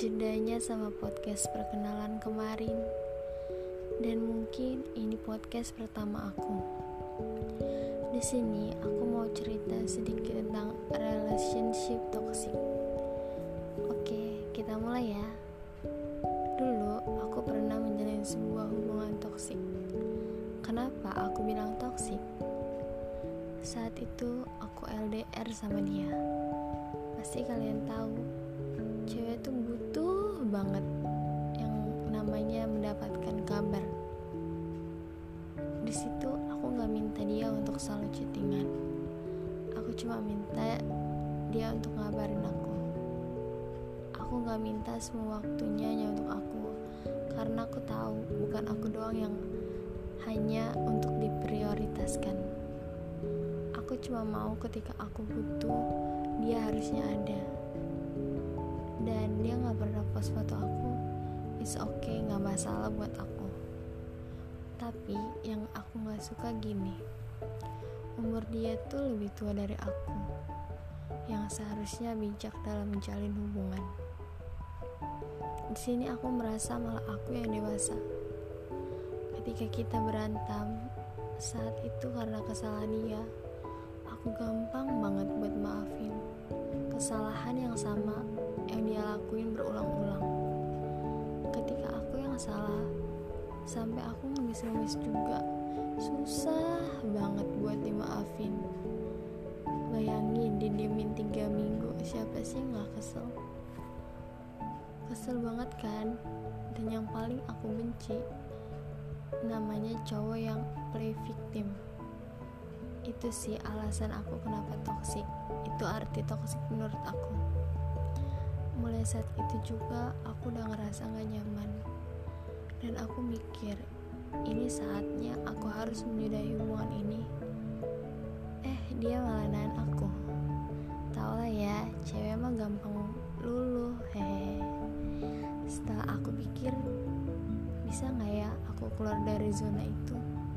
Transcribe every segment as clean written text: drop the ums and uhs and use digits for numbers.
jedanya sama podcast perkenalan kemarin. Dan mungkin ini podcast pertama aku. Di sini aku mau cerita sedikit tentang relationship toxic. Oke, kita mulai ya. Dulu aku pernah menjalin sebuah hubungan toksik. Kenapa aku bilang toksik? Saat itu aku LDR sama dia. Pasti kalian tahu, cewek tuh butuh banget yang namanya mendapatkan kabar. Di situ aku nggak minta dia untuk selalu chattingan. Aku cuma minta dia untuk ngabarin aku. Aku nggak minta semua waktunya hanya untuk aku, karena aku tahu bukan aku doang yang hanya untuk diprioritaskan. Aku cuma mau ketika aku butuh, dia harusnya ada. Dan dia gak pernah post foto aku. It's okay, gak masalah buat aku. Tapi yang aku gak suka gini, umur dia tuh lebih tua dari aku, yang seharusnya bijak dalam menjalin hubungan. Di sini aku merasa malah aku yang dewasa. Ketika kita berantem, saat itu karena kesalahan dia, aku gampang banget buat maafin kesalahan yang sama yang dia lakuin berulang-ulang. Ketika aku yang salah, sampai aku ngemis-ngemis juga, susah banget buat dimaafin. Bayangin didiemin 3 minggu, siapa sih gak kesel? Kesel banget kan? Dan yang paling aku benci, namanya cowok yang play victim. Itu sih alasan aku kenapa toksik. Itu arti toksik menurut aku. Mulai saat itu juga aku udah ngerasa gak nyaman. Dan aku mikir, ini saatnya aku harus menyudahi hubungan ini. Dia malah nahan aku. Tau lah ya, cewek mah gampang luluh, hehe. Setelah aku pikir, bisa gak ya aku keluar dari zona itu?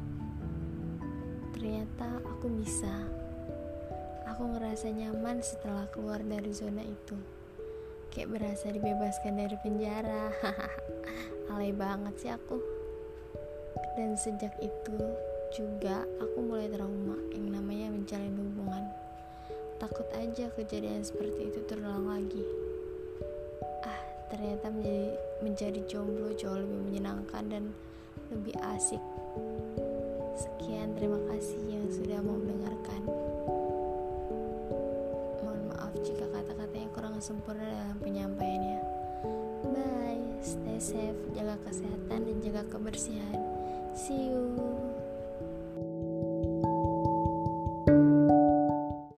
Ternyata aku bisa. Aku ngerasa nyaman setelah keluar dari zona itu. Kayak berasa dibebaskan dari penjara. Alay banget sih aku. Dan sejak itu juga aku mulai trauma yang namanya menjalin hubungan. Takut aja kejadian seperti itu terulang lagi. Ternyata menjadi jomblo jauh lebih menyenangkan dan lebih asik. Sekian, terima kasih yang sudah mau mendengarkan. Mohon maaf jika kata-katanya kurang sempurna dalam penyampaiannya. Bye, stay safe, jaga kesehatan dan jaga kebersihan. See you.